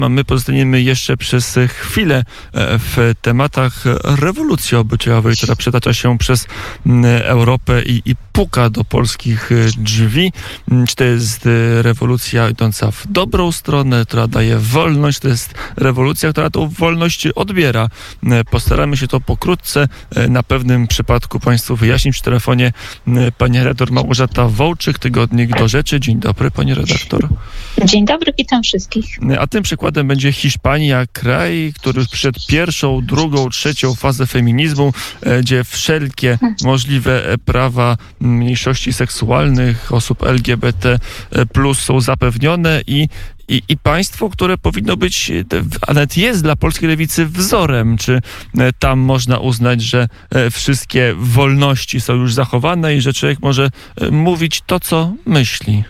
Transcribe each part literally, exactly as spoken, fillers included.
A my pozostaniemy jeszcze przez chwilę w tematach rewolucji obyczajowej, która przetacza się przez Europę i, i puka do polskich drzwi. Czy to jest rewolucja idąca w dobrą stronę, która daje wolność? To jest rewolucja, która tą wolność odbiera. Postaramy się to pokrótce na pewnym przypadku Państwu wyjaśnić. W telefonie pani redaktor Małgorzata Wołczyk, Tygodnik Do Rzeczy. Dzień dobry, pani redaktor. Dzień dobry, witam wszystkich. A tym przykładem będzie Hiszpania, kraj, który przed pierwszą, drugą, trzecią fazę feminizmu, gdzie wszelkie możliwe prawa mniejszości seksualnych, osób L G B T plus są zapewnione i I, I państwo, które powinno być, a nawet jest dla polskiej lewicy wzorem. Czy tam można uznać, że wszystkie wolności są już zachowane i że człowiek może mówić to, co myśli?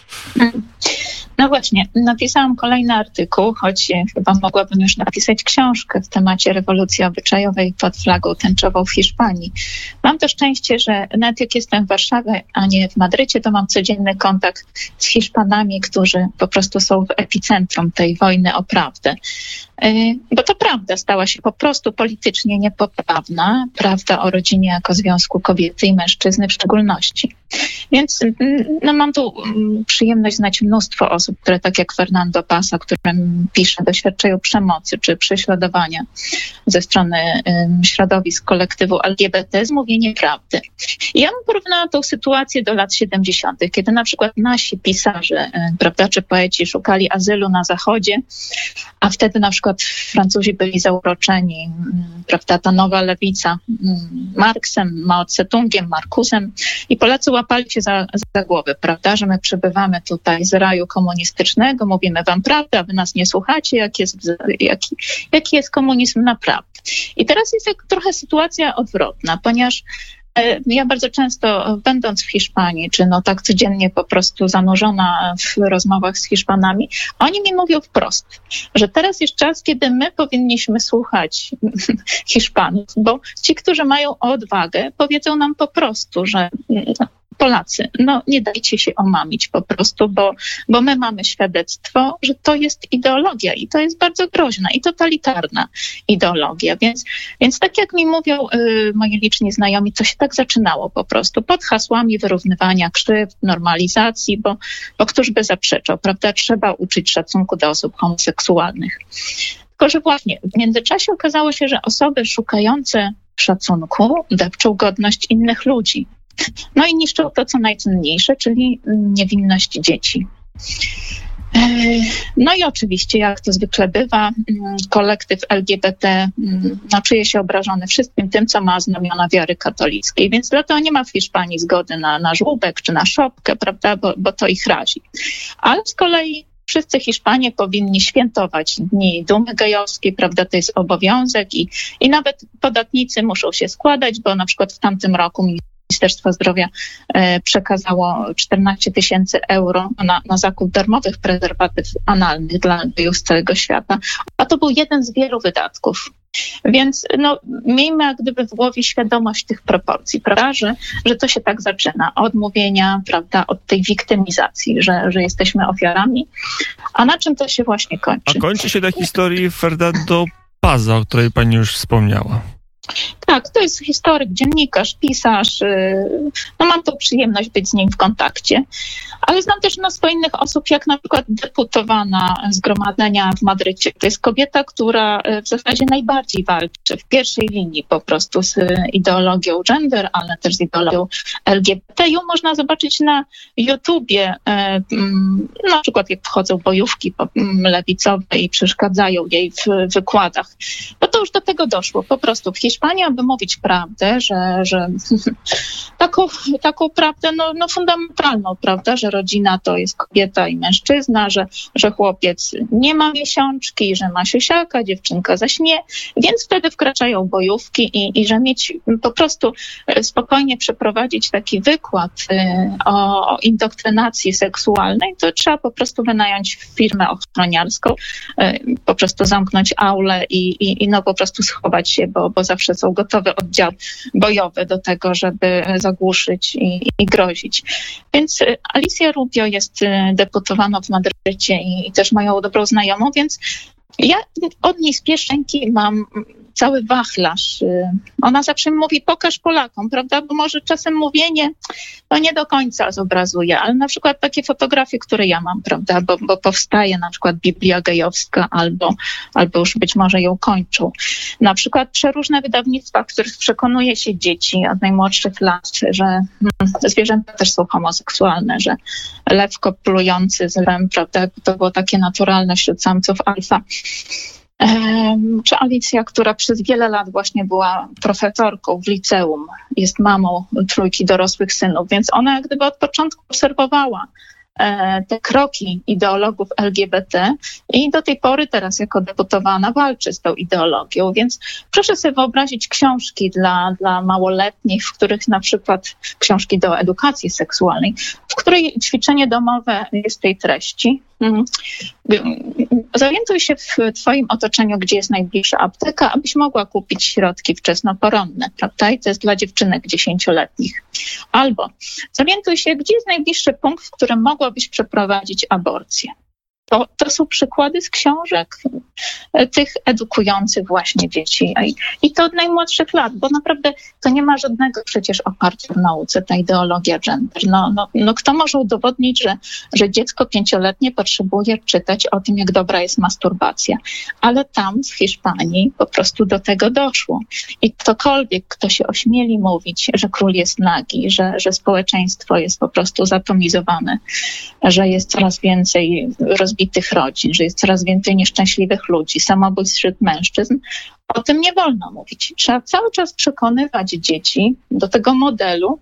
No właśnie, napisałam kolejny artykuł, choć chyba mogłabym już napisać książkę w temacie rewolucji obyczajowej pod flagą tęczową w Hiszpanii. Mam to szczęście, że nawet jak jestem w Warszawie, a nie w Madrycie, to mam codzienny kontakt z Hiszpanami, którzy po prostu są w epicentrum tej wojny o prawdę. Bo to prawda stała się po prostu politycznie niepoprawna, prawda o rodzinie jako związku kobiety i mężczyzny w szczególności. Więc no, mam tu przyjemność znać mnóstwo osób, które tak jak Fernando Pasa, którym pisze, doświadczają przemocy czy prześladowania ze strony um, środowisk kolektywu L G B T z mówieniem prawdy. I ja bym porównała tą sytuację do lat siedemdziesiątych, kiedy na przykład nasi pisarze, prawda, czy poeci szukali azylu na Zachodzie, a wtedy na przykład Francuzi byli zauroczeni, prawda, ta nowa lewica Marksem, Mao Tse-tungiem, Markusem i Polacy łapali się za, za głowę, prawda, że my przybywamy tutaj z raju komunistycznego, mówimy wam prawdę, a wy nas nie słuchacie, jak jest, jaki, jaki jest komunizm naprawdę. I teraz jest jak trochę sytuacja odwrotna, ponieważ ja bardzo często, będąc w Hiszpanii, czy no tak codziennie po prostu zanurzona w rozmowach z Hiszpanami, oni mi mówią wprost, że teraz jest czas, kiedy my powinniśmy słuchać Hiszpanów, bo ci, którzy mają odwagę, powiedzą nam po prostu, że Polacy, no nie dajcie się omamić po prostu, bo, bo my mamy świadectwo, że to jest ideologia i to jest bardzo groźna i totalitarna ideologia. Więc, więc tak jak mi mówią y, moi liczni znajomi, to się tak zaczynało po prostu pod hasłami wyrównywania krzywd, normalizacji, bo, bo któż by zaprzeczał, prawda? Trzeba uczyć szacunku do osób homoseksualnych. Tylko że właśnie w międzyczasie okazało się, że osoby szukające szacunku depczą godność innych ludzi. No i niszczą to, co najcenniejsze, czyli niewinność dzieci. No i oczywiście, jak to zwykle bywa, kolektyw L G B T no, czuje się obrażony wszystkim tym, co ma znamiona wiary katolickiej, więc dlatego nie ma w Hiszpanii zgody na, na żłóbek czy na szopkę, prawda, bo, bo to ich razi. Ale z kolei wszyscy Hiszpanie powinni świętować dni dumy gejowskiej, prawda, to jest obowiązek i, i nawet podatnicy muszą się składać, bo na przykład w tamtym roku Ministerstwo Zdrowia e, przekazało czternaście tysięcy euro na, na zakup darmowych prezerwatyw analnych dla gejów z całego świata, a to był jeden z wielu wydatków. Więc no, miejmy jak gdyby w głowie świadomość tych proporcji, prawda, że, że to się tak zaczyna od mówienia, prawda, od tej wiktymizacji, że, że jesteśmy ofiarami, a na czym to się właśnie kończy? A kończy się na historii Fernando Paza, o której pani już wspomniała. Tak, to jest historyk, dziennikarz, pisarz. No mam tą przyjemność być z nim w kontakcie. Ale znam też mnóstwo innych osób, jak na przykład deputowana Zgromadzenia w Madrycie. To jest kobieta, która w zasadzie najbardziej walczy w pierwszej linii po prostu z ideologią gender, ale też z ideologią L G B T. Ją można zobaczyć na YouTubie, na przykład jak wchodzą bojówki lewicowe i przeszkadzają jej w wykładach. Bo to już do tego doszło. Po prostu w Hiszpanii, aby mówić prawdę, że, że taką, taką prawdę no, no fundamentalną, prawda, że rodzina to jest kobieta i mężczyzna, że, że chłopiec nie ma miesiączki, że ma siusiaka, dziewczynka zaś nie, więc wtedy wkraczają bojówki i, i że mieć po prostu spokojnie przeprowadzić taki wykład o, o indoktrynacji seksualnej, to trzeba po prostu wynająć firmę ochroniarską, po prostu zamknąć aulę i, i, i no po prostu schować się, bo, bo zawsze są gotowe oddziały bojowe do tego, żeby zagłuszyć i, i grozić. Więc Alicja Patricia Rubio jest deputowana w Madrycie i, i też moją dobrą znajomą, więc ja od niej z pierwszeńki mam cały wachlarz. Ona zawsze mówi, pokaż Polakom, prawda? Bo może czasem mówienie no nie do końca zobrazuje, ale na przykład takie fotografie, które ja mam, prawda? Bo, bo powstaje na przykład Biblia gejowska albo, albo już być może ją kończą. Na przykład przeróżne wydawnictwa, w których przekonuje się dzieci od najmłodszych lat, że hmm, zwierzęta też są homoseksualne, że lew kopulujący z lwem, prawda? To było takie naturalne wśród samców alfa. Czy Alicja, która przez wiele lat właśnie była profesorką w liceum, jest mamą trójki dorosłych synów, więc ona jak gdyby od początku obserwowała te kroki ideologów L G B T i do tej pory teraz jako deputowana walczy z tą ideologią. Więc proszę sobie wyobrazić książki dla, dla małoletnich, w których na przykład książki do edukacji seksualnej, w której ćwiczenie domowe jest tej treści. Zorientuj się w twoim otoczeniu, gdzie jest najbliższa apteka, abyś mogła kupić środki wczesnoporonne, prawda? I to jest dla dziewczynek dziesięcioletnich. Albo zorientuj się, gdzie jest najbliższy punkt, w którym mogłabyś przeprowadzić aborcję. To, to są przykłady z książek tych edukujących właśnie dzieci. I, I to od najmłodszych lat, bo naprawdę to nie ma żadnego przecież oparcia w nauce, ta ideologia gender. No, no, no kto może udowodnić, że, że dziecko pięcioletnie potrzebuje czytać o tym, jak dobra jest masturbacja. Ale tam w Hiszpanii po prostu do tego doszło. I ktokolwiek, kto się ośmieli mówić, że król jest nagi, że, że społeczeństwo jest po prostu zatomizowane, że jest coraz więcej rozbitych rodzin, że jest coraz więcej nieszczęśliwych ludzi, samobójstw wśród mężczyzn, o tym nie wolno mówić. Trzeba cały czas przekonywać dzieci do tego modelu,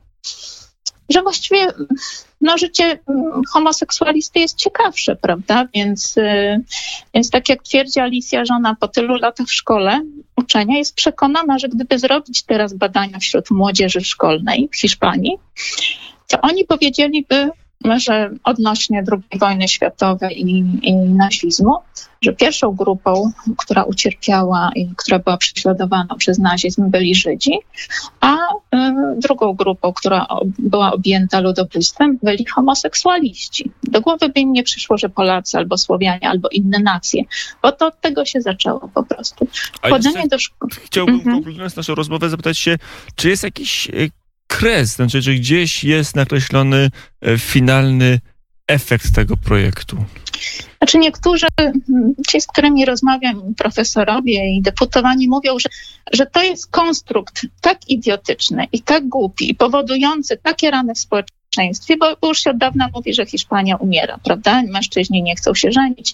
że właściwie no, życie homoseksualisty jest ciekawsze, prawda? Więc, więc tak jak twierdzi Alicja, że ona po tylu latach w szkole uczenia jest przekonana, że gdyby zrobić teraz badania wśród młodzieży szkolnej w Hiszpanii, to oni powiedzieliby, że odnośnie drugiej wojny światowej i, i nazizmu, że pierwszą grupą, która ucierpiała i która była prześladowana przez nazizm, byli Żydzi, a y, drugą grupą, która o, była objęta ludobójstwem, byli homoseksualiści. Do głowy by im nie przyszło, że Polacy albo Słowianie, albo inne nacje, bo to od tego się zaczęło po prostu. Wchodzenie do szkoły. Chciałbym, mhm. konkludując naszą rozmowę, zapytać się, czy jest jakiś kres, znaczy, czy gdzieś jest nakreślony finalny efekt tego projektu? Znaczy niektórzy, ci z którymi rozmawiam, profesorowie i deputowani mówią, że, że to jest konstrukt tak idiotyczny i tak głupi i powodujący takie rany w społeczeństwie, bo, bo już się od dawna mówi, że Hiszpania umiera, prawda? Mężczyźni nie chcą się żenić,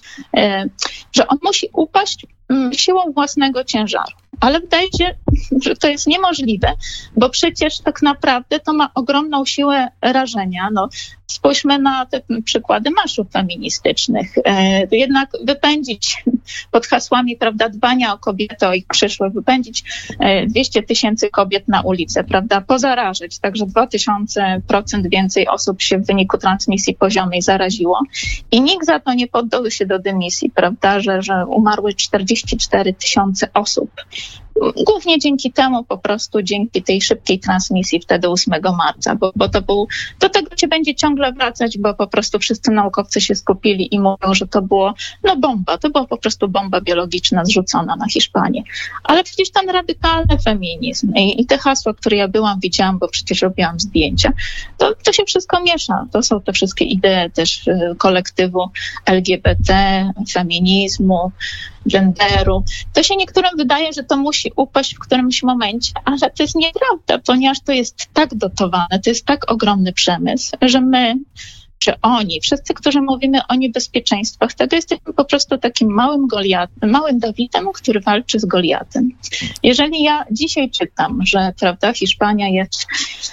że on musi upaść siłą własnego ciężaru. Ale wydaje się, że to jest niemożliwe, bo przecież tak naprawdę to ma ogromną siłę rażenia. No, spójrzmy na te przykłady marszów feministycznych. E, jednak wypędzić pod hasłami, prawda, dbania o kobiety, o ich przyszłość, wypędzić e, dwieście tysięcy kobiet na ulicę, prawda, pozarażać, także dwa tysiące procent więcej osób się w wyniku transmisji poziomej zaraziło i nikt za to nie poddał się do dymisji, prawda, że, że umarły czterdzieści cztery tysiące osób. Głównie dzięki temu, po prostu dzięki tej szybkiej transmisji wtedy ósmego marca, bo, bo to był, do tego się będzie ciągle wracać, bo po prostu wszyscy naukowcy się skupili i mówią, że to było, no bomba, to była po prostu bomba biologiczna zrzucona na Hiszpanię. Ale przecież ten radykalny feminizm i, i te hasła, które ja byłam, widziałam, bo przecież robiłam zdjęcia, to, to się wszystko miesza. To są te wszystkie idee też kolektywu L G B T, feminizmu, genderu. To się niektórym wydaje, że to musi upaść w którymś momencie, ale to jest nieprawda, ponieważ to jest tak dotowane, to jest tak ogromny przemysł, że my, czy oni, wszyscy, którzy mówimy o niebezpieczeństwach, to jesteśmy po prostu takim małym Goliatem, małym Dawidem, który walczy z Goliatem. Jeżeli ja dzisiaj czytam, że, prawda, Hiszpania jest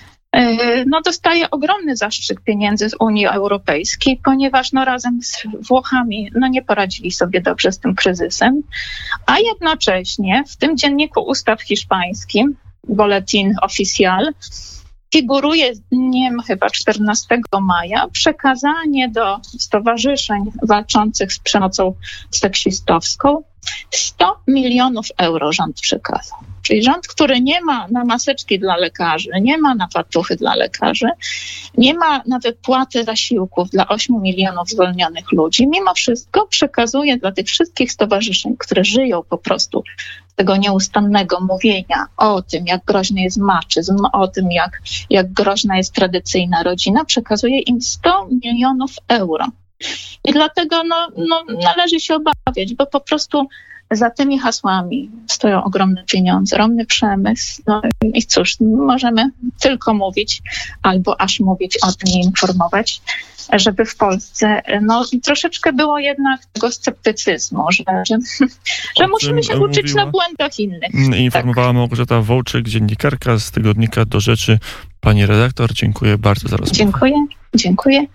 no dostaje ogromny zastrzyk pieniędzy z Unii Europejskiej, ponieważ no razem z Włochami no nie poradzili sobie dobrze z tym kryzysem, a jednocześnie w tym dzienniku ustaw hiszpańskim, Boletín Oficial, figuruje dniem chyba czternastego maja przekazanie do stowarzyszeń walczących z przemocą seksistowską sto milionów euro rząd przekazał. Czyli rząd, który nie ma na maseczki dla lekarzy, nie ma na fartuchy dla lekarzy, nie ma na wypłatę zasiłków dla ośmiu milionów zwolnionych ludzi, mimo wszystko przekazuje dla tych wszystkich stowarzyszeń, które żyją po prostu z tego nieustannego mówienia o tym, jak groźny jest maczyzm, o tym, jak, jak groźna jest tradycyjna rodzina, przekazuje im sto milionów euro. I dlatego no, no, należy się obawiać, bo po prostu za tymi hasłami stoją ogromne pieniądze, ogromny przemysł. No i cóż, możemy tylko mówić, albo aż mówić o tym i informować, żeby w Polsce no, troszeczkę było jednak tego sceptycyzmu, że, że, że musimy się uczyć mówiła, na błędach innych. Informowała tak. Małgorzata Wołczyk, dziennikarka z tygodnika Do Rzeczy. Pani redaktor, dziękuję bardzo za rozmowę. Dziękuję, dziękuję.